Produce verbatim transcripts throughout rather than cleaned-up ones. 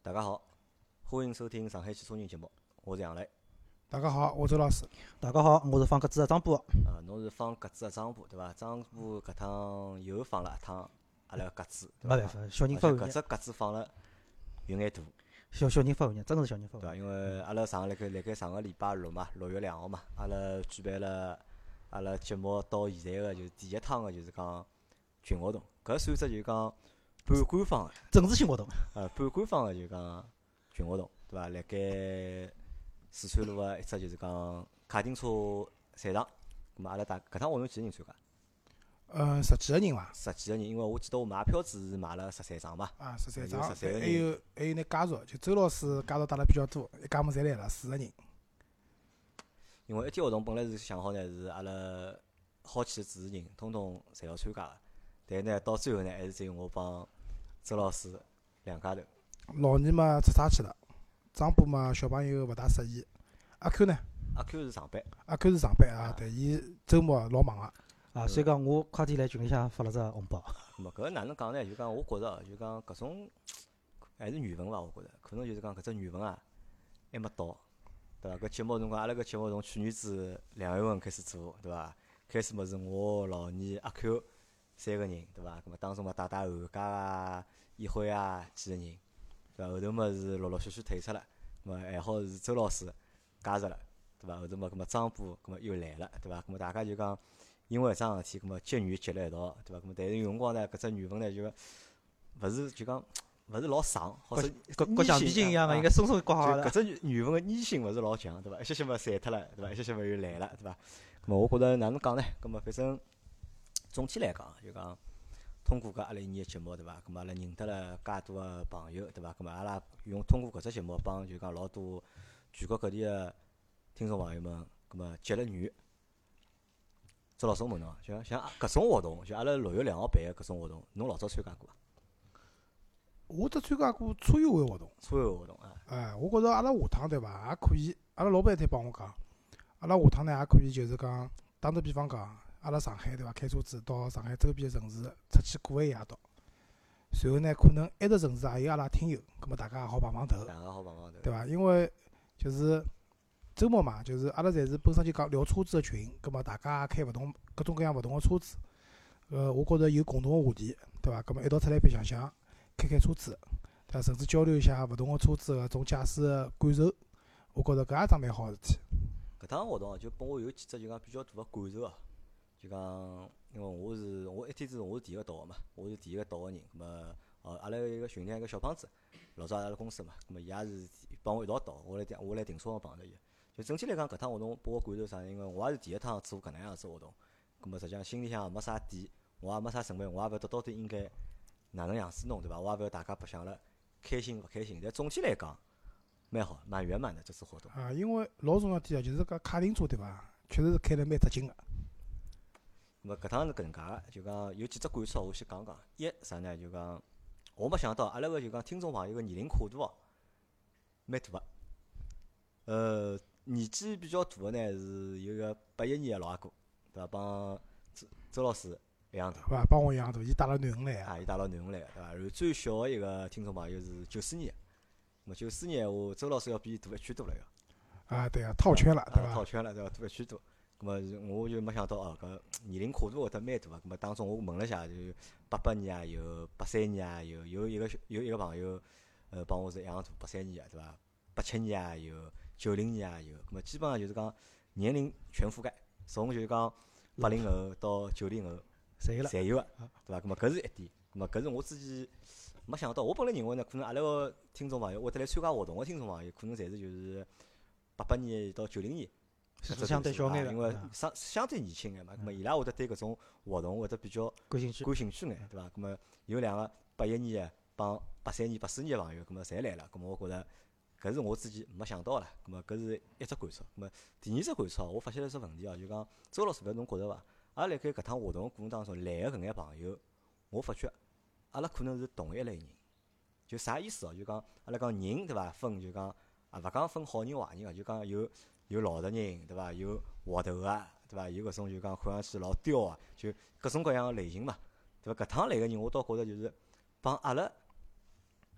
大家好，欢迎收听上海汽车人节目，我是杨磊。 大家好，我周老师。 大家好，我是放鸽子的张波。 啊，侬是放鸽子的张波对伐？张波搿趟又放了一趟阿拉鸽子，对伐？ 没办法，小人发寒搿只鸽子放了有眼大， 小小人发寒真个是小人发寒对伐？因为阿拉上辣盖辣盖上个礼拜六嘛，六月两号嘛，阿拉举办了阿拉节目到现在个就是第一趟个就是讲群活动，搿算只就是讲半官方个， 政治性活动。 呃，半官方个就讲群活动，对伐？辣盖四川路个一只就是讲卡丁车赛场，咁么阿拉大搿趟活动几个人参加？ 呃，十几个人伐？ 十几个人，因为我记得我买票子是买了十三张嘛。 啊，十三有张， 十三个还有还有眼加入，就周老师加入打了比较多，一家门侪来了，四个人。 因为一天活动本来是想好呢，是阿拉好奇的主持人通通侪要参加个，但呢到最后呢，还是只有我帮周老师两家头。 老二嘛出差去了，张波嘛小朋友勿大适宜。阿 Q 呢？ 阿 Q 是上班， 阿 Q 是上班啊，但伊周末老忙个。 啊，所以讲我快点来群里向发了只红包。 咁么搿哪能讲呢？就讲我觉着，就讲搿种还是缘分伐？我觉着，可能就是讲搿只缘分啊，还没到，对伐？搿节目辰光，阿拉搿节目从去年子两月份开始做，对伐？开始么是我老二阿 Q 三个人，对伐？咁么当中嘛带带韩家啊、议会啊几个人，对伐？后头么是陆陆续续退出了，咁么还好是周老师加入了，对伐？后头么咁么张波咁么又来了，对伐？咁么大家就讲。因为搿桩事体，咁么结缘结了一道，对伐？咁么但是有辰光呢，搿只缘分呢就勿是就讲勿是老爽，或者跟跟橡皮筋一样个，应该松松挂好就了。 搿只缘分个粘性勿是老强，对伐？一歇歇么散脱了，对伐？一歇歇么又来了，对伐？咁么我觉着哪能讲呢？咁么反正总体来讲，就讲通过搿阿拉一年个节目，对伐？咁么阿拉认得了介多个朋友，对伐？咁么阿拉用通过搿只节目帮就讲老多全国各地个听众朋友们，咁么结了缘。周老师，我问侬，就像搿种活动，就阿拉六月两号办个搿种活动，侬老早参加过伐？ 我只参加过车友会活动。 车友活动啊， 哎，我觉着阿拉下趟对伐，也可以。阿拉老板一天帮我讲，阿拉下趟呢也可以，就是讲打个比方讲，阿拉上海对伐，开车子到上海周边个城市出去过一夜到，随后呢可能埃只城市也有阿拉听友，葛末大家也好碰碰头， 大家好帮帮头， 对伐？因为就是周末嘛，就是阿拉侪是本身就讲聊车子个群，葛末大家也开勿同各种各样勿同个车子，呃，我觉着有共同个话题，对伐？葛末一道出来白相相，开开车子，对伐？甚至交流一下勿同个车子个种驾驶个感受，我觉着搿也桩蛮好个事体。 搿趟活动就拨我有几只就讲比较大个感受哦，就讲因为我是我一天子我是第一个到个嘛，我是第一个到个人，葛末哦阿拉有一个群里一个小胖子，老早阿拉公司嘛，葛末伊也是帮我一道到，我来停我来停车场碰着伊。就整体来讲，搿趟活动拨我感受啥？因为我也是第一趟做搿能样子活动，葛末实际上心里向也没啥底，我也没啥准备，我也勿晓得到底应该哪能样子弄，对伐？我也勿晓得大家白相了开心勿开心，但总体来讲蛮好，蛮圆满的这次活动。 啊，因为老重要点啊，就是搿卡丁车对伐？确实是开得蛮扎劲个。 咁么搿趟是搿能介个，就讲有几只感受我先讲讲。一啥呢？就讲我没想到阿拉个就讲听众朋友个年龄跨度哦，蛮大个。呃，年纪比较大个呢是有个八一年个老阿哥，对伐？帮周周老师一样大， 对伐？帮我一样大，伊带了囡恩来啊。 啊，伊带牢囡恩来个，对伐？然后最小个一个听众朋友是九四年个，咁么九四年闲话，周老师要比伊大一圈多了要。 啊，对啊，套圈了，对啊， 伐？ 套圈了，对伐？多一圈多。咁么我就没想到哦，搿年龄跨度会得蛮大个。咁么当中我问了下，就八八年也有，八三年也有，有一个有一个朋友，呃，帮我是一样大，八三年个对伐？八七年也有，九零年也有。咁么基本上就是讲年龄全覆盖，从就是讲八零后到九零后， 侪有了。 侪有个，对伐？咁么搿是一点。咁么搿是我之前没想到，我本来认为呢，可能阿拉个听众朋友会得来参加活动个听众朋友，可能侪是就是八八年到九零年。 是相对小眼的， 因为相相对年轻眼嘛，咁么伊拉会得对搿种活动会得比较感兴趣， 感兴趣眼，对伐？咁么有两个八一年个帮八三年、八四年个朋友，咁么侪来了，咁么我觉着搿是我之前没想到啦，咁么搿是一只感触。咁么第二只感触，我发现了一只问题哦，就讲周老师，勿晓得侬觉着伐？阿拉辣盖搿趟活动个过程当中来个搿眼朋友，我发觉阿拉可能是同一类人，就啥意思哦？就讲阿拉讲人对伐？分就讲啊，勿讲分好人坏人个，就讲有。有老实人，对伐？有滑头个，对伐？有搿种就讲看上去老刁个，就各种各样个类型嘛，对伐？搿趟来个人，我倒觉着就是帮阿拉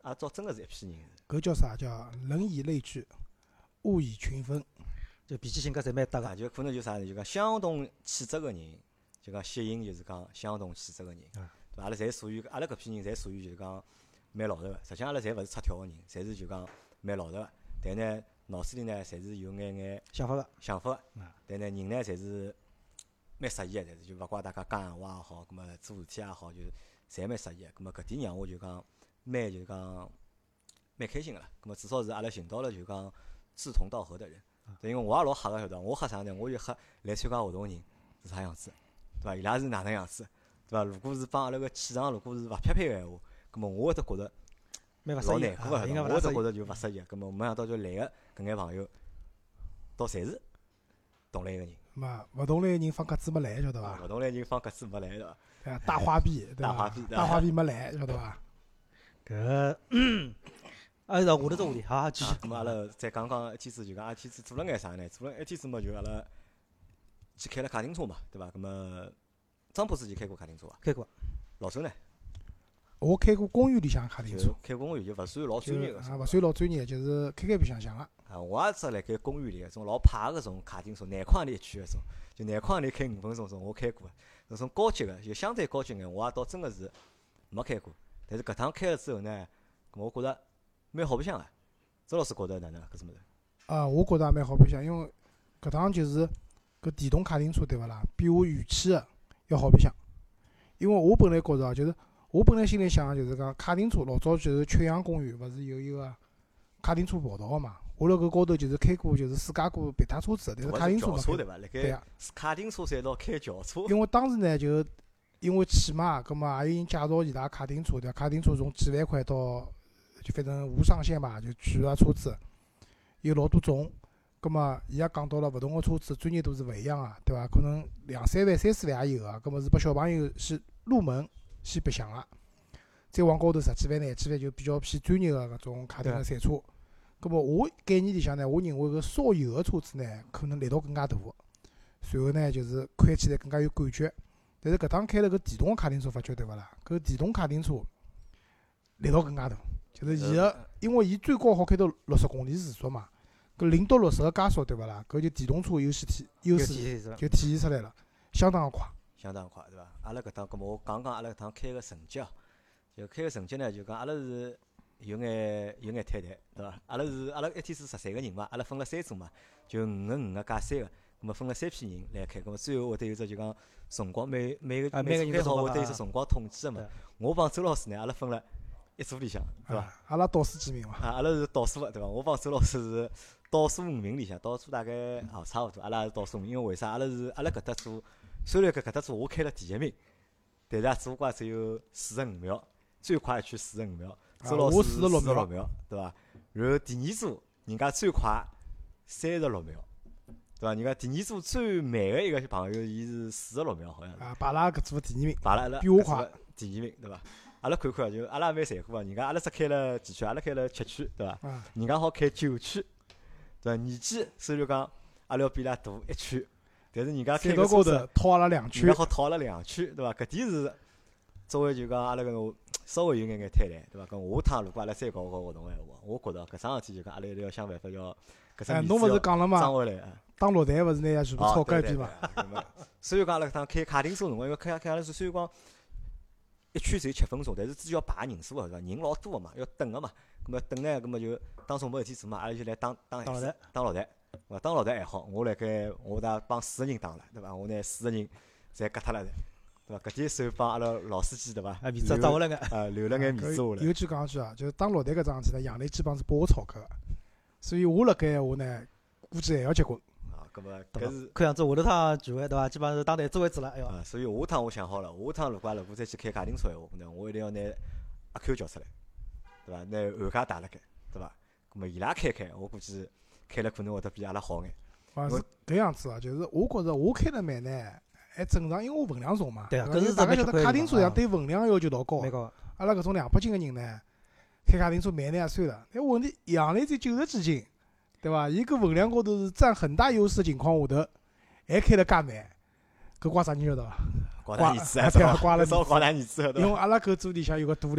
阿拉招真个是一批人。 搿叫啥？叫人以类聚，物以群分。 就脾气性格侪蛮搭啊， 个。 就可能就啥呢？就讲相同气质个人，就讲吸引就是讲相同气质个人，对伐？阿拉侪属于阿拉搿批人，侪属于就是讲蛮老实个。实际上阿拉侪勿是出挑个人，侪是就讲蛮老实个。但呢，脑子里呢，侪是有眼眼想法个， 想法个。但呢，人呢，侪是蛮适意个，侪是就勿怪大家讲闲话也好，葛末做事体也好，就侪蛮适意个。葛末搿点让我就讲蛮就讲蛮开心个啦。葛末至少是阿拉寻到了就讲志同道合的人。因为我也老吓个，晓得伐？我吓啥呢？我就吓来参加活动个人是啥样子，对伐？伊拉是哪能样子，对伐？如果是帮阿拉个气场，如果是勿匹配个闲话，葛末我会得觉着蛮勿老适意个， 难过个， 应该我会得觉着就勿适意。葛末没想到就来个搿眼朋友，倒侪是同类个人。 嘛，勿同类人放鸽子没来，晓得伐？ 勿同类人放鸽子没来，对伐？ 对伐？大花臂，对伐？ 大花臂， 大花臂没来，晓得伐？ 搿，啊，是下头只话题，好，继续。 咁阿拉再讲讲一天子，就讲一天子做了眼啥呢？做了一天子嘛，就阿拉去开了卡丁车嘛，对伐？咁么张博之前开过卡丁车伐？ 开过。 老周呢？ 我开过公园里向卡丁车， 开公园就勿算老专业个， 啊，勿算老专业，就是开开白相相个。 啊，我也只辣盖公园里搿种老派个种卡丁车，廿块钿一圈搿种，就廿块钿开五分钟种，我开过。搿种高级个，就相对高级眼，我也倒真个是没开过。但是搿趟开了之后呢，咁我觉着蛮好白相个。周老师觉着哪能？搿种物事？ 啊，我觉着也蛮好白相，因为搿趟就是搿电动卡丁车对勿啦？比我预期个要好白相。因为我本来觉着就是我本来心里想就是讲卡丁车老早就是曲阳公园勿是有一个卡丁车跑道个嘛？我辣搿高头就是开过就是试驾过别他车子，但是卡丁车没开。 对伐？辣对啊， 卡丁车赛道开轿车。 因为当时呢就因为去嘛，葛末也有人介绍伊拉卡丁车，对伐？卡丁车从几万块到就反正无上限吧，就贵个车子有老多种。葛末伊也讲到了勿同个车子专业度是勿一样个，对伐？可能两三万、三四万也有个，葛末是拨小朋友是入门先白相个。再往高头十几万、廿几万就比较偏专业个搿种卡丁个赛车。葛末我概念里向呢，我认为搿稍油个车子呢，可能力道更加大个，随后呢就是开起来更加有感觉。但是搿趟开了搿电动个卡丁车，发觉对勿啦？搿电动卡丁车力道更加大，就是伊个，因为伊最高好开到六十公里时速嘛。搿零到六十个加速对勿啦？搿就电动车优势体优势就体现出来了，相当个快。 相当快，对伐？阿拉搿趟，搿么我讲讲阿拉搿趟开个成绩哦。就开个成绩呢，就讲阿拉是有眼有眼坍台，对伐？阿拉是阿拉一天是十三个人嘛，阿拉分了三组嘛，就五个五个加三个，咁么分了三批人来开，咁么最后会得有只就讲辰光，每每个每组开好会得有只辰光统计个嘛。我帮周老师呢，阿拉分了一组里向，对伐？ 阿拉倒数几名嘛？ 啊，阿拉是倒数个，对伐？我帮周老师是倒数五名里向，倒数大概哦差勿多，阿拉是倒数五名，因为为啥？阿拉是阿拉搿搭组，虽然搿搿搭组我开了第一名，但是啊，只不过只有四十五秒。最快去四十五秒，周老师四十六秒，对伐？然后第二组人家最快三十六秒，对伐？人家第二组最慢个一个朋友，伊是四十六秒，好像是。 啊，排拉搿组第二名， 排拉比我快， 第二名，对伐？阿拉看看就阿拉也蛮残酷个，人家阿拉只开了几圈，阿拉开了七圈，对伐？ 啊、 人家好开九圈，对伐？年纪虽然讲阿拉要比伊拉大一圈，但是人家开个车子套阿拉两圈， 人家好套阿拉两圈，对伐？搿点是作为就讲阿拉搿个。稍微有眼眼坍台，对伐？搿下趟如果阿拉再搞搞活动个闲话，我觉着搿桩事体就讲阿拉一定要想办法要搿只面子要涨回来。 当落台勿是拿下全部炒搿一边嘛？ 所以讲阿拉搿趟开卡丁车辰光，因为开开阿拉是虽然讲一圈只有七分钟，但是只要排人数个，对伐？人老多个嘛，要等个嘛。咁么等呢，咁么就当中没事体做嘛，阿拉就来打打打落台， 打落台，对伐？打落台还好，我辣盖我搭帮四个人打了，对伐？我拿四个人侪割脱了。对伐？搿点手帮阿拉老司机对伐？ 啊，面子找回来个， 啊，留了眼面子下来。 有句讲句啊，就是打落台搿桩事体呢，杨澜基本上是拨我炒搿个，所以我辣盖闲话呢，估计还要结棍。 啊，搿么搿是看样子下头趟聚会对伐？基本上是打台子为主了，哎哟。 啊，所以下趟我想好了，下趟如果如果再去开卡丁车闲话，那我一定要拿阿 Q 叫出来，对伐？拿韩家带辣盖，对伐？搿么伊拉开开，我估计开了可能会得比阿拉好眼。 啊，是搿样子啊，就是我觉着我开了慢呢。还正常，因为我分量重嘛。 对啊， 搿是大家晓得卡丁车上对分量要求老高。 高。 阿拉搿种两百斤个人呢，开卡丁车慢呢也算了。但问题杨澜才九十几斤，对伐？伊搿分量高头是占很大优势的情况下头，还开了介慢，搿怪啥人晓得伐？ 怪他儿子啊， 对啊，怪了少怪他儿子。 因为阿拉搿组里向有个毒瘤，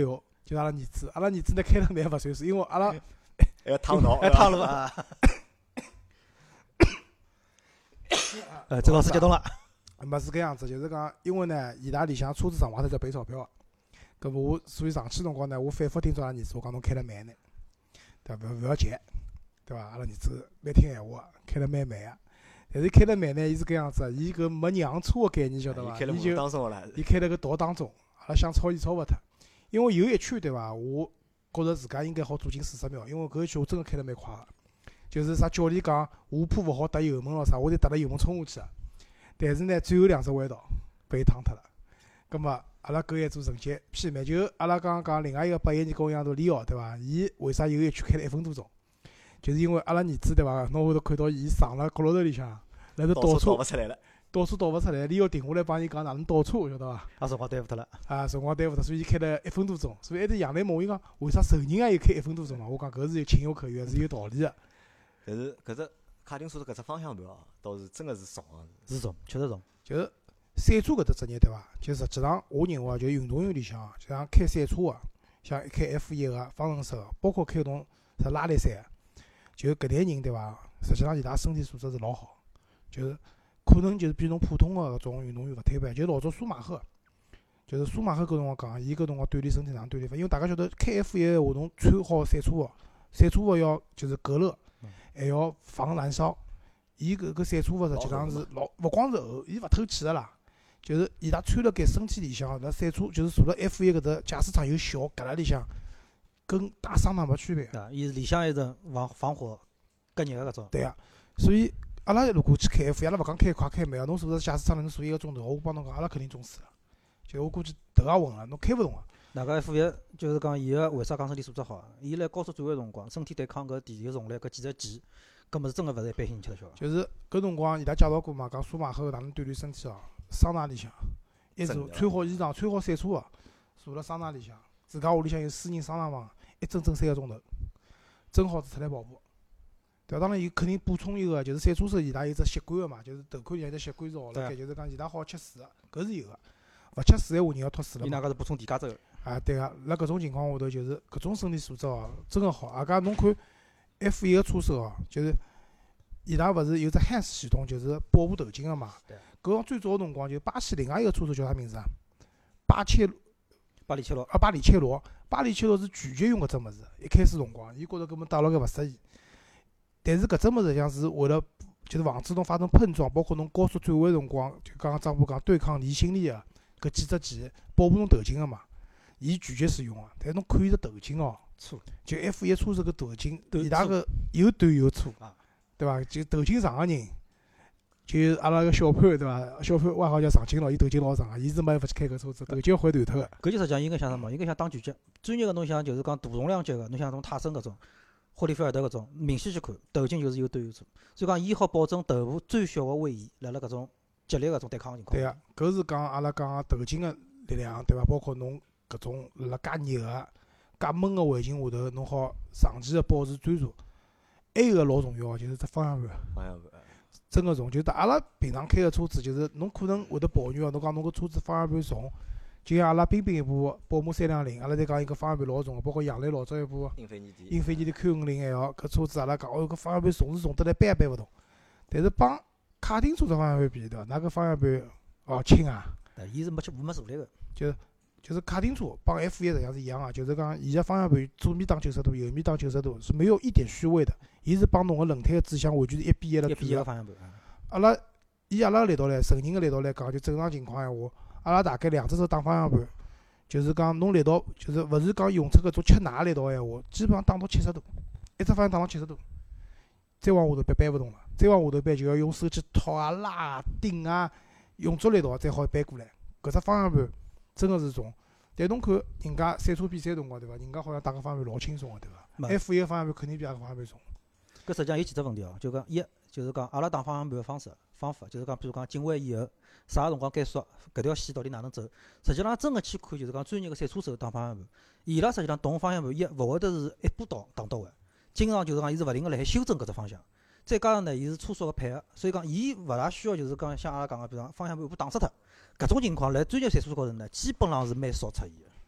就阿拉儿子，阿拉儿子呢开了蛮勿算数，因为阿拉还要烫脑， 还烫路啊！呃，周老师激动了。 没是搿样子，就是讲，因为呢，伊拉里向车子上下头要赔钞票个，搿么我所以上去辰光呢，我反复叮嘱阿拉儿子，我讲侬开了慢呢，对伐？勿勿要急，对伐？阿拉儿子蛮听闲话，开了蛮慢个。但是开了慢呢，伊是搿样子，伊搿没让车个概念晓得伐？伊就当中了， 伊开了搿道当中，阿拉想超伊超勿脱，因为有一圈对伐？我觉着自家应该好做进四十秒，因为搿一圈我真个开了蛮快个，就是啥教练讲下坡勿好踏油门咯啥，我得踏了油门冲下去个。但是呢，最后两只弯道被伊趟脱了。葛末阿拉搿一组成绩媲美，就阿拉刚刚讲另外一个八一年跟我一样大李奥对伐？伊为啥有一圈开了一分多钟？就是因为阿拉儿子对伐？侬会头看到伊上了角落头里向，辣头倒车， 倒勿出来了， 倒车倒勿出来，李奥停下来帮伊讲哪能倒车，晓得伐？ 啊，辰光耽误脱了。 啊，辰光耽误脱，所以开了一分多钟。所以还是杨澜问我伊讲，为啥仇人也有开一分多钟嘛？我讲搿是有情有可原，是有道理个。 但是搿只卡丁车搿只方向盘哦，倒是真个是重个。 是重，确实重。 就是赛车搿只职业对伐？就实际上我认为，就运动员里向，就像开赛车个，像开 F 一个、方程式个，包括开搿种啥拉力赛个，就搿类人对伐？实际上伊拉身体素质是老好，就是可能就是比侬普通个搿种运动员勿推板。就老早舒马赫，就是舒马赫搿辰光讲，伊搿辰光锻炼身体哪能锻炼法？因为大家晓得开 F 一个话，侬穿好赛车服，赛车服要就是隔热，还要防燃烧。伊搿个赛车服实际上是老勿光是厚，伊勿透气个啦。就是伊拉穿辣盖身体里向，辣赛车就是坐辣 F 一搿只驾驶舱又小，搿辣里向跟打桑拿没区别。 啊，伊里向一层防防火隔热个搿种。 对啊，所以阿拉如果去开 F 一，阿拉勿讲开快开慢，侬坐辣驾驶舱里侬坐一个钟头，我帮侬讲，阿拉肯定中暑了。就我估计头也昏了，侬开勿动个。 那个 F 一就是讲伊个为啥讲身体素质好？伊辣高速转个辰光，身体对抗搿地球重力搿几只键，搿物事真个勿是一般性吃得消个。 就是搿辰光伊拉介绍过嘛，讲舒马赫哪能锻炼身体哦。桑拿里向，一坐穿好衣裳，穿好赛车个，坐辣桑拿里向，自家屋里向有私人桑拿房，一整整三个钟头，正好是出来跑步。对，当然伊肯定补充一个，就是赛车手伊拉有只习惯个嘛，就是头盔里向有只习惯是学辣盖，就是讲伊拉好吃水个，搿是有个。勿吃水闲话，人要脱水了。 伊那个是补充电解质个。 啊，对个，辣搿种情况下头，就是搿种身体素质哦，真个好。啊，加侬看 F 一个车手哦，就是伊拉勿是有只 H A S 系统，就是保护头颈个嘛。 对。 搿最早个辰光，就巴西另外一个车手叫啥名字啊？巴切巴里切罗。 啊，巴里切罗，巴里切罗是拒绝用搿只物事。一开始辰光，伊觉着搿么打辣盖勿适意。但是搿只物事像是为了，就是防止侬发生碰撞，包括侬高速转弯辰光，就刚刚张波讲对抗离心力个搿几只键，保护侬头颈个嘛。伊拒绝使用个，但是侬看伊只头颈哦， 粗， 就 F 一车手搿头颈，伊拉个又短又粗，对伐？就头颈长个人。就阿拉个小潘对伐？小潘外号叫长颈鹿，伊头颈老长个，伊是没办法去开搿车子，头颈要换断脱个。 搿就实际上应该像什么？应该像打拳击，专业个侬像就是讲大重量级个，侬像种泰森搿种、霍利菲尔德搿种，明显去看头颈就是又短又粗，所以讲伊好保证头部最小个位移，辣辣搿种激烈搿种对抗情况。 对个，搿是讲阿拉讲头颈个力量，对伐？包括侬搿种辣辣介热个、介闷个环境下头，侬好长期个保持专注。还有个老重要个就是只方向盘。 方向盘。 真个重，就是阿拉平常开个车子，就是侬可能会得抱怨哦，侬讲侬个车子方向盘重，就像阿拉冰冰一部宝马三两零，阿拉在讲伊个方向盘老重个，包括杨澜老早一部英菲尼迪， 英菲尼迪 Q 五零 L，搿车子阿拉讲哦，搿方向盘重是重得来搬也搬勿动。但是帮卡丁车子方向盘比，对伐？㑚搿方向盘哦轻啊。 哎，伊是没没助力个。 就就是卡丁车帮 F 一实际上是一样个，就是讲伊个方向盘左面打九十度，右面打九十度，是没有一点虚位的。伊是帮侬个轮胎个指向完全是一比一了。 一比一个方向盘。 阿拉以阿拉个力道来，成人个力道来讲，就正常情况闲话，阿拉大概两只手打方向盘，就是讲侬力道，就是勿是讲用出搿种吃奶个力道闲话，基本上打到七十度，一只方向打到七十度，再往下头搬搬勿动了，再往下头搬就要用手去托啊、拉啊、顶啊，用足力道才好搬过来。搿只方向盘真个是重，但侬看人家赛车比赛辰光对伐？人家好像打个方向盘老轻松个对伐 ？F 一个方向盘肯定比阿个方向盘重。 搿实际上有几只问题哦，就讲一就是讲阿拉打方向盘个方式方法，就是讲比如讲进弯以后啥个辰光该缩，搿条线到底哪能走？实际上真个去看就是讲专业个赛车手打方向盘，伊拉实际上动方向盘一勿会得是一步到打到位，经常就是讲伊是勿停个辣海修正搿只方向。再加上呢，伊是车速个配合，所以讲伊勿大需要就是讲像阿拉讲个，比如讲方向盘一步打死脱。搿种情况辣专业赛车高头呢，基本上是蛮少出现个。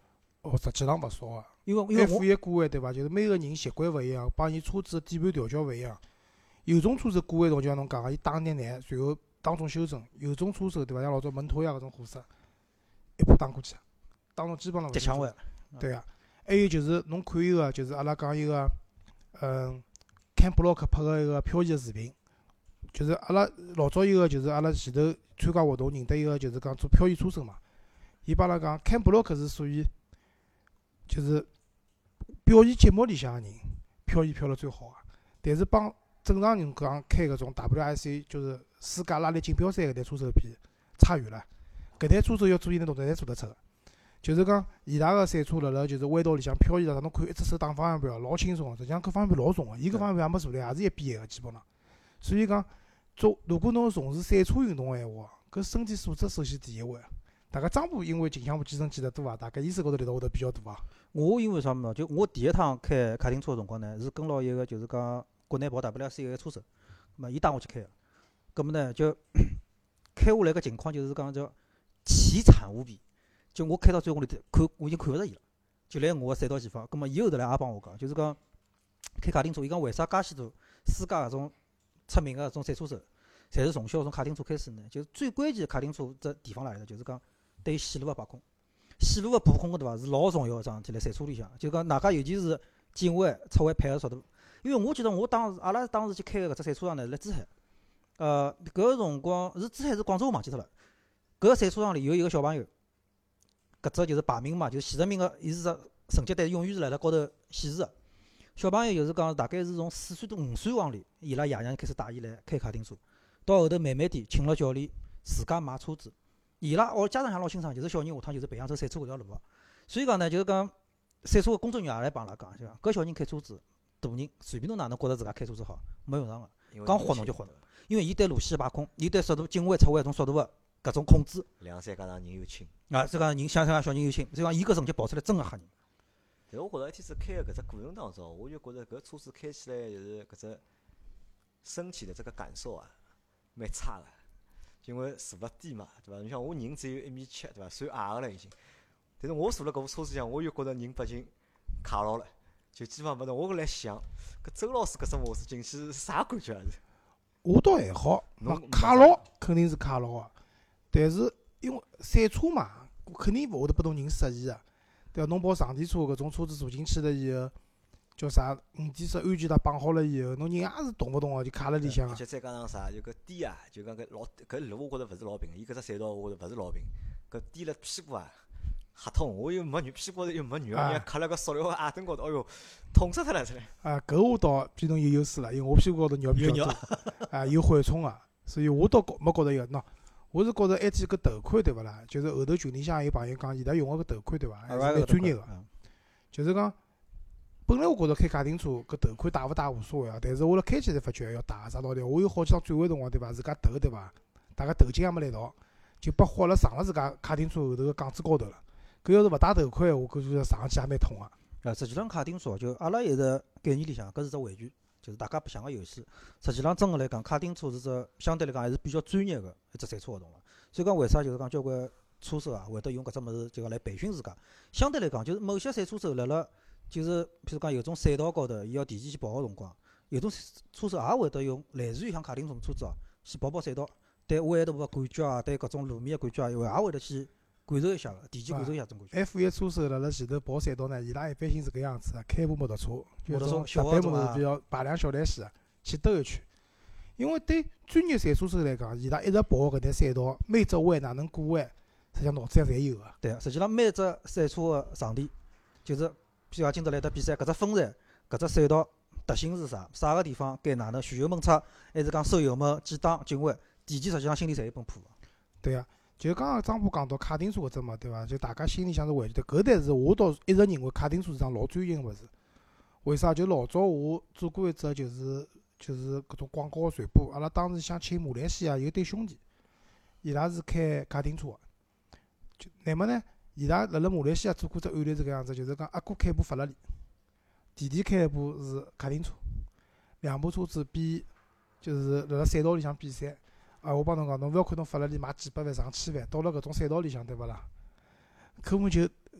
哦，实际上勿少啊。 因为因为 F 我一过弯对伐？就是每个人习惯勿一样，帮伊车子的底盘调教勿一样。有种车子过弯道就像侬讲个，伊打眼难，随后当中修正；有种车手对伐？像老早门托亚搿种货色，一把打过去，当中基本上勿极强弯。 对啊，还有就是侬看一个，就是阿拉讲一个，嗯 ，Ken Block 拍个一个漂移个视频，就是阿拉老早一个就是阿拉前头参加活动认得一个就是讲做漂移车手嘛，伊帮阿拉讲 Ken Block 是属于就是表演节目里向个人漂移漂了最好个，但是帮正常人讲开搿种 W R C 就是世界拉力锦标赛搿台车手比差远了，搿台车手要做伊能动作侪做得出个。就是讲，伊拉个赛车辣辣就是弯道里向漂移了，侬看一只手打方向盘，老轻松个。实际上搿方向盘老重个，伊搿方向盘也没坐来，也是一比一个基本上。所以讲，做如果侬从事赛车运动个闲话，搿身体素质首先第一位。大家张波因为近腔部健身健得多啊，大概伊手高头力道会得比较大啊。 我因为啥物事？就我第一趟开卡丁车个辰光呢，是跟牢一个就是讲国内跑 W R C 个车手，咹伊带我去开个。搿么呢，就开下来个情况就是讲叫凄惨无比。就我开到最后头看，我已经看勿着伊了，就辣我个赛道前方。葛末伊后头来也帮我讲，就是讲开卡丁车，伊讲为啥介许多世界搿种出名个搿种赛车手，侪是从小从卡丁车开始呢？就是最关键个卡丁车这地方来的，就是讲对于线路个把控，线路个把控个对伐是老重要个桩事体辣赛车里向。就讲大家尤其是进弯、出弯配合速度，因为我记得我当时阿拉当时去开个搿只赛车场呢，辣珠海，呃，搿个辰光是珠海是广州，我忘记脱了。搿个赛车场里有一个小朋友。搿只就是排名嘛，就是前十名个，伊是只成绩单永远是辣辣高头显示个。小朋友就是讲，大概是从四岁到五岁往里，伊拉爷娘开始带伊来开卡丁车，到后头慢慢点请了教练，自家买车子。伊拉哦，家长想老清爽，就是小人下趟就是培养走赛车搿条路个。所以讲呢，就是讲赛车个工作人员也来帮阿拉讲，就讲搿小人开车子，大人随便侬哪能觉着自家开车子好，没用场个，讲豁侬就豁侬，因为伊对路线把控，伊对速度进弯出弯种速度个。搿种控制， 两三加上人又轻啊，这个人想想小人又轻，所以讲伊搿成绩跑出来真个吓人。 但是我觉着一天子开个搿只过程当中，我就觉着搿车子开起来就是搿只身体的这个感受啊，蛮差个，因为坐勿低嘛，对伐？你像我人只有一米七，对伐？算矮个了已经，但是我坐辣搿部车子上，我就觉着人毕竟卡牢了，就基本上勿能。我搿来想，搿周老师搿只模式进去是啥感觉啊？ 我倒还好，卡牢肯定是卡牢个。但是因为赛车嘛，肯定勿会得拨侬人适意个，对伐？侬跑场地车搿种车子坐进去了以后，叫啥五点式安全带绑好了以后，侬人也是动勿动个，就卡辣里向个。 而且再加上啥，就搿低啊，就讲搿老搿路我觉着勿是老平，伊搿只赛道我觉着勿是老平，搿低了屁股啊吓痛，我又没肉，屁股高头又没肉，人家卡辣搿塑料个矮凳高头，哎哟，痛死脱了出来。 啊，搿我倒比侬有优势了，因为我屁股高头肉比较多，啊，有缓冲个，所以我倒觉没觉着有喏。我是觉着埃记搿头盔对勿啦？就是后头群里向有朋友讲，伊拉用个搿头盔对伐？还是蛮专业个。就是讲，本来我觉着开卡丁车搿头盔戴勿戴无所谓啊，但是我辣开起来发觉要戴啥道理？我有好几趟转弯辰光对伐？自家头对伐？大家头颈也没来到，就把豁了上了自家卡丁车后头个杠子高头了。搿要是勿戴头盔，我感觉上去也蛮痛个。 啊，实际上卡丁车就阿拉一直概念里向，搿是只玩具。就是大家白相个游戏，实际上真个来讲，卡丁车是只相对来讲还是比较专业个一只赛车活动了。所以讲为啥就是讲交关车手啊会得用搿只物事，就讲来培训自家。相对来讲，就是某些赛车手辣辣就是譬如讲有种赛道高头，伊要提前去跑个辰光，有种车手也会得用类似于像卡丁车车子哦，去跑跑赛道，对弯道个感觉啊，对搿种路面个感觉啊，也会得去感受一下个，提前感受一下种感觉。 F 一车手辣辣前头跑赛道呢，伊拉一般性是搿样子，开部摩托车，就种小特别摩托比较排量小台式个，去兜一圈。因为对专业赛车手来讲，伊拉一直跑搿台赛道，每只弯哪能过弯，实际上脑子上侪有个。 对，实际上每只赛车个场地，就是譬如讲今朝来搭比赛，搿只分站，搿只赛道特性是啥？啥个地方该哪能旋油门刹，还是讲收油门、减档、进弯，提前实际上心里侪有本谱。 对呀、啊。就刚刚张波讲到卡丁车搿只嘛，对伐？就大家心里向是回去的。搿但是我倒一直认为卡丁车是桩老专业个物事。为啥？就老早我做过一只就是就是搿种广告个传播。阿拉当时想请马来西亚有对兄弟，伊拉是开卡丁车个。就乃末呢，伊拉辣辣马来西亚做过只案例是搿样子，就是讲阿哥开部法拉利，弟弟开一部是卡丁车，两部车子比就是辣辣赛道里向比赛。啊！我帮侬讲，侬勿要看侬法拉利买几百万、上千万，到了搿种赛道里向，对勿啦？根本就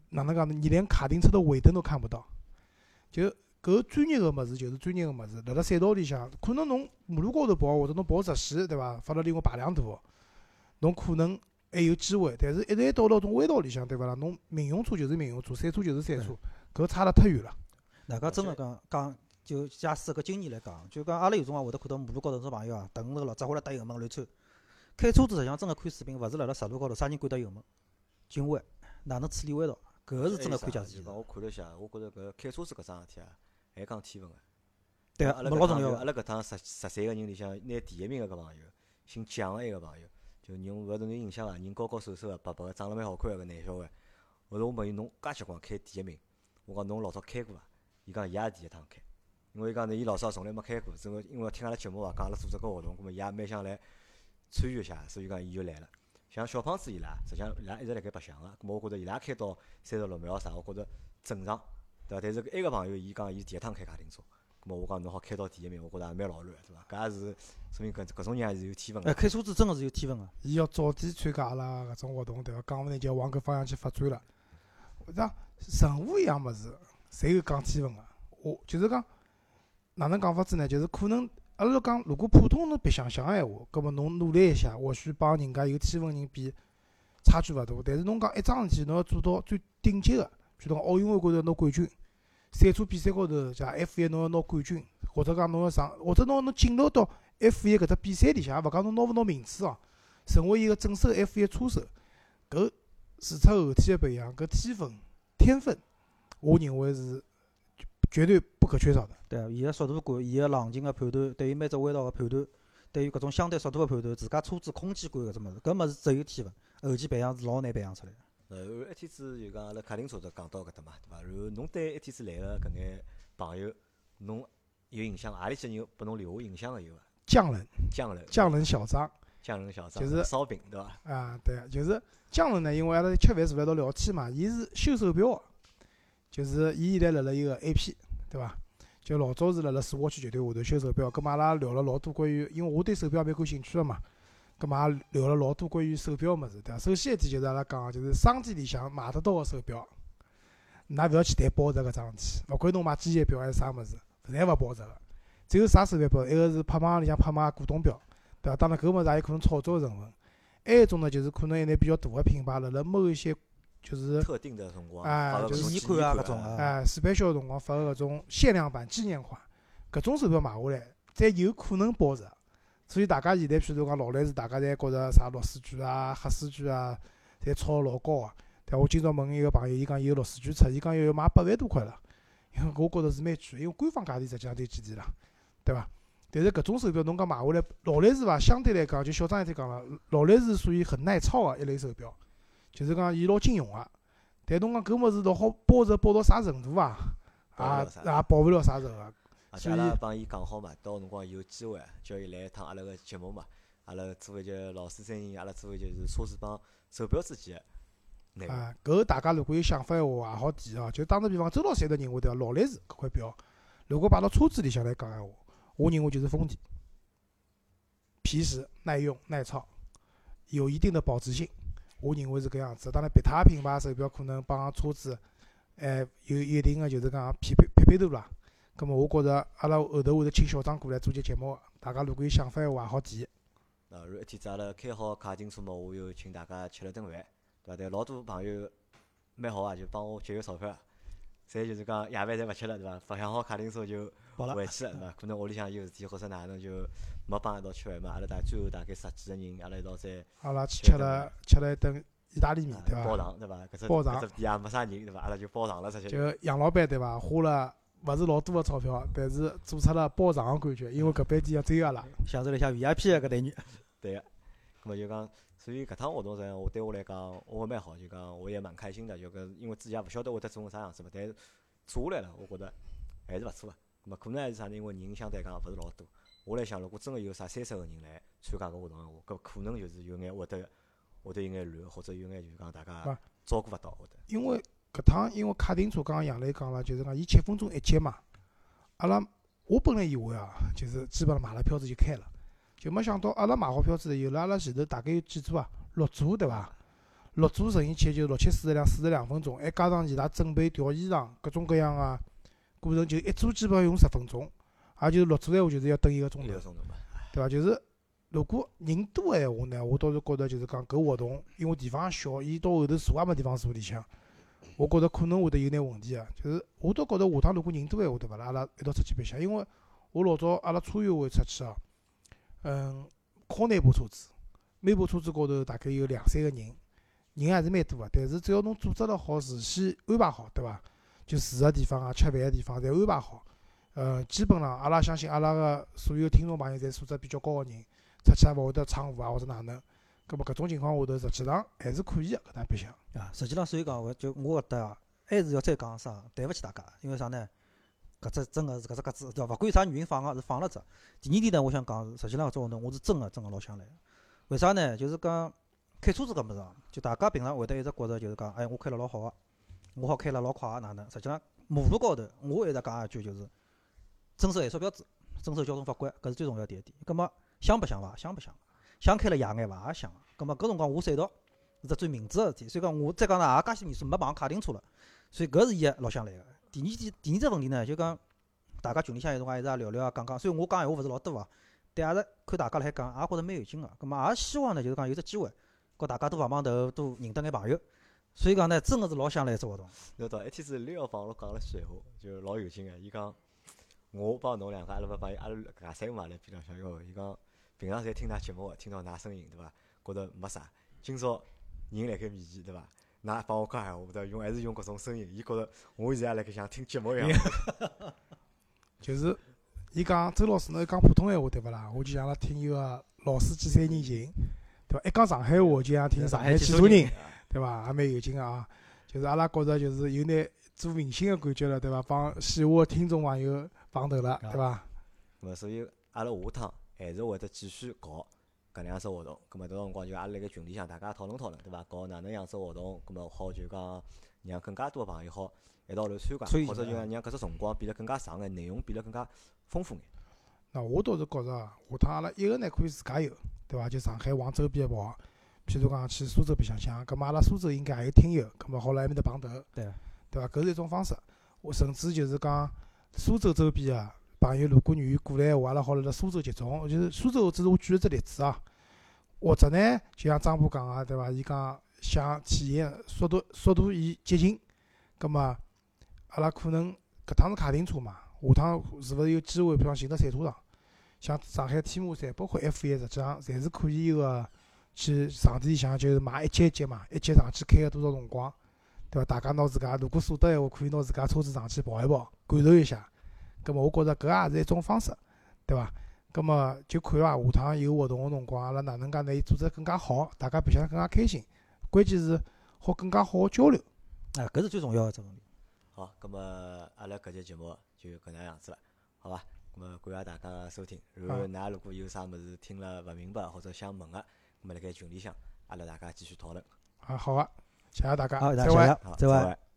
哪能讲呢？你连卡丁车的尾灯都看不到。就搿专业个物事就是专业个物事，辣辣赛道里向，可能侬马路高头跑或者侬跑直线，对伐？发了另外排量大，侬可能还有机会。但是，一旦到了种弯道里向，对伐啦？侬民用车就是民用车，赛车就是赛车，搿差得太远了。 大家真个讲讲，就驾驶搿经验来讲，就讲阿拉有辰光会得看到马路高头种朋友啊，蹬头咯，只会来搭油门乱窜。开车子实际上真个看水平，勿是辣辣直路高头啥人管得油门、进弯，哪能处理弯道，搿个是真个看驾驶技术。 我看了下，我觉着搿开车子搿桩事体啊，还讲天分个。 对啊，没老重要。 阿拉搿趟十十三个人里向，拿第一名个搿朋友，姓蒋个一个朋友，就人勿晓得侬有印象伐？人高高瘦瘦个，白白个，长得蛮好看个男小孩。后头我问伊侬介结棍开第一名，我讲侬老早开过伐？伊讲伊也第一趟开，因为伊讲呢，伊老早从来没开过，只因为听阿拉节目啊，讲阿拉组织个活动，葛末伊也蛮想来参与一下，所以讲伊就来了。像小胖子伊拉，实际上伊拉一直辣盖白相个，葛末我觉着伊拉开到三十六秒啥，我觉着正常，对伐？但是埃个朋友伊讲伊第一趟开卡丁车。咁我讲侬好开到第一名，我觉着也蛮老卵，对伐？搿也是说明搿搿种人也是有天分个。 哎，开车子真个是有天分个。 伊要早点参加阿拉搿种活动，对伐？讲勿定就往搿方向去发展了。像任何一样物事，侪有讲天分个。我就是讲，哪能讲法子呢？就是可能阿拉讲，如果普通侬白相相个闲话，葛末侬努力一下，或许帮人家有天分人比差距勿大。但是侬讲一桩事体，侬要做到最顶级个，譬如讲奥运会高头拿冠军。赛车比赛高头，像 F 一 侬要拿冠军，或者讲侬要上，或者侬侬进入到 F 一 搿只比赛里向，也勿讲侬拿勿拿名次哦，成为一个正式 F 一 车手，搿前出后天个培养，搿天分、天分，我认为是绝对不可缺少的。 对啊，伊个速度感、伊个冷静个判断，对于每只弯道个判断，对于搿种相对速度个判断，自家车子空间感搿只物事，搿物事只有天分，后期培养是老难培养出来个。 然后一天子就讲阿拉卡丁车就讲到搿搭嘛，对伐？然后侬对一天子来个搿眼朋友，侬有印象？何里些人拨侬留下印象个有伐？ 匠人， 匠人， 匠人小张， 匠人小张， 就是烧饼，对伐？ 啊，对，就是匠人呢，因为阿拉吃饭坐辣一道聊天嘛，伊是修手表个，就是伊现在辣辣一个 A P， 对伐？就老早是辣辣史沃奇集团下头修手表，葛末阿拉聊了老多关于，因为我对手表蛮感兴趣个嘛。咁嘛也聊了老多关于手表个物事，对伐？首先一点就是阿拉讲个，就是商店里向买得到个手表，㑚勿要去谈保值搿桩事体，勿管侬买机械表还是啥物事，侪勿保值个。只有啥手表保值？一个是拍卖行里向拍卖古董表，对伐？当然搿物事也有可能炒作个成分。还有一种呢，就是可能一眼比较大个品牌，辣辣某一些就是特定的辰光， 啊，就是纪念款啊搿种啊， 哎 ，special 辰光发个搿种限量版纪念款，搿种手表买下来，才有可能保值。所以大家现在譬如讲劳力士，大家侪觉着啥六四居啊、黑四居啊，侪炒老高个。但我今朝问一个朋友，伊讲伊有六四居出，伊讲要买八万多块了。因为我觉着是蛮贵，因为官方价钿实际上就几钿啦，对伐？但是搿种手表侬讲买下来，劳力士伐，相对来讲就小张一天讲了，劳力士属于很耐操个一类手表，就是讲伊老经用个。但侬讲搿物事老好保值保到啥程度啊？也也保勿了啥值个。 而且阿拉帮伊讲好嘛，到辰光有机会叫伊来一趟阿拉个节目嘛，阿拉做一节老师三人，阿拉做一节是车子帮手表之间个内容。 啊，搿大家如果有想法个话，也好提哦。就打个比方，周老师都认为对伐？劳力士搿块表，如果摆到车子里向来讲闲话，我认为就是丰田，皮实、耐用、耐操，有一定的保值性。我认为是搿样子。当然，别他品牌手表可能帮车子，哎，有一定个就是讲匹配匹配度啦。咁么，我觉着阿拉后头会得请小张过来做节节目，大家如果有想法个话，也好提。 啊，然后一天子阿拉开好卡丁车嘛，我又请大家吃了顿饭，对伐？但老多朋友蛮好啊，就帮我节约钞票，侪就是讲夜饭侪勿吃了，对伐？白相好卡丁车就回去了，对伐？可能屋里向有事体或者哪能就没帮一道吃饭嘛。阿拉大最后大概十几个人，阿拉一道再阿拉去吃了吃了一顿意大利面，对伐？ 包场对伐？搿只包场搿只店也没啥人，对伐？阿拉就包场了，直接。 就杨老板对伐？花了。勿是老多个钞票，但是做出了包场个感觉，因为搿爿店只有阿拉， 享受了一下 V I P 个搿待遇。 对个，咁么就讲，所以搿趟活动实际上我对我来讲，我蛮好，就讲我也蛮开心的，就搿因为之前也勿晓得会得做成啥样子嘛，但是做下来了，我觉着还是勿错个。咁么可能还是啥呢？因为人相对来讲勿是老多。我来想，如果真个有啥三十个人来参加搿活动个话，搿可能就是有眼会得会得有眼乱，或者有眼就是讲大家照顾勿到，会得。 因为搿趟因为卡丁车，刚刚杨磊讲了，就是讲伊七分钟一节嘛。阿拉我本来以为啊，就是基本上买了票子就开了，就没想到阿拉买好票子以后，辣阿拉前头大概有几组啊？六组对伐？ 六组成一切就六七四十两四十两分钟，还加上伊拉准备调衣裳各种各样个过程，就一组基本上用十分钟，也就是六组闲话就是要等一个钟头，对伐？就是如果人多个闲话呢，我倒是觉着就是讲搿活动，因为地方小，伊到后头坐也没地方坐里向，我觉着可能会得有眼问题啊。就是我倒觉着下趟如果人多闲话，对伐啦？阿拉一道出去白相，因为我老早阿拉车友会出去哦，嗯，靠拿部车子，每部车子高头大概有两三个人，人还是蛮多个。但是只要侬组织了好，事先安排好，对伐？就住个地方啊，吃饭个地方侪安排好。呃，基本上阿拉相信阿拉个所有听众朋友侪素质比较高个人，出去也勿会得闯祸啊或者哪能。葛末搿种情况下头，实际上还是可以个搿搭白相。 啊，实际上所以讲，我就我觉得啊，还是要再讲啥，对勿起大家，因为啥呢？搿只真个是搿只格子，对伐？勿管啥原因放个，是放了只。第二点呢，我想讲，实际上搿只活动我是真个真个老想来。为啥呢？就是讲开车子搿物事啊，就大家平常会得一直觉着就是讲，哎，我开了老好个，我好开了老快个哪能？实际上马路高头，我一直讲一句就是，遵守限速标志，遵守交通法规，搿是最重要第一点。葛末想白相伐？想白相。想开了野眼伐？也想。葛末搿辰光我赛道是只最明智个事体，所以讲我再讲呢，也介许年数没碰卡丁车了，所以搿是伊个老想来个。第二点，第二只问题呢，就讲大家群里向有辰光一直也聊聊啊，讲讲。虽然我讲闲话勿是老多啊，但也是看大家来讲，也觉着蛮有劲个。葛末也希望呢，就是讲有只机会，和大家多碰碰头，多认得眼朋友。所以讲呢，真个是老想来一只活动。 侬到一天子刘耀帮我讲了句闲话，就老有劲个。伊讲我帮侬两个，阿拉勿帮伊阿拉搿三个嘛来边浪向哟。伊讲平常侪听㑚节目个，听到㑚声音对伐？觉着没啥。今朝人辣盖面前对伐？㑚帮我讲闲话，对伐？用还是用搿种声音，伊觉着我现在也辣盖像听节目一样。 就是伊讲周老师侬讲普通闲话对勿啦？我就像拉听一个老司机三人行，对伐？一讲上海话就像听上海汽车人，对伐？也蛮有劲个啊。就是阿拉觉着就是有眼做明星个感觉了，对伐？帮喜欢个听众朋友碰头了，对伐？ 咾所以阿拉下趟还是会得继续搞搿两只活动。咾么搿辰光就阿拉辣盖群里向大家讨论讨论，对伐？搞哪能样子活动，咾么好就讲让更加多个朋友好一道来参加，或者就讲让搿只辰光变得更加长眼，内容变得更加丰富眼。 那我倒是觉着啊，下趟阿拉一个呢可以自家游，对伐？就上海往周边跑，譬如讲去苏州白相相，咁么阿拉苏州应该也有听友，咁么好辣埃面搭碰头， 对， 对伐？搿是一种方式。我甚至就是讲苏州周边个朋友，如果愿意过来个话，阿拉好辣辣苏州集中。就是苏州，只是我举了只例子啊。或者呢，就像张波讲个，对伐？伊讲想体验速度速度与激情，咁么阿拉可能搿趟是卡丁车嘛，下趟是勿是有机会，比方寻到赛车场，像上海天马赛，包括 F 一，实际上侪是可以个。去场地里向就是买一节一节嘛，一节上去开个多少辰光，对伐？大家拿自家如果舍得闲话，可以拿自家车子上去跑一跑，感受一下。葛末我觉着搿也是一种方式，对伐？葛末就看伐，下趟有活动个辰光，阿拉哪能介拿伊做得更加好，大家白相更加开心。关键是好更加好个交流。 哎，搿是最重要个只问题。 好，葛末阿拉搿节节目就搿能样子了，好伐？葛末感谢大家个收听。然后㑚如果有啥物事听了勿明白或者想问个，咁辣盖群里向，阿拉大家继续讨论。 啊，好啊，谢谢大家， 好， 再会。 再会。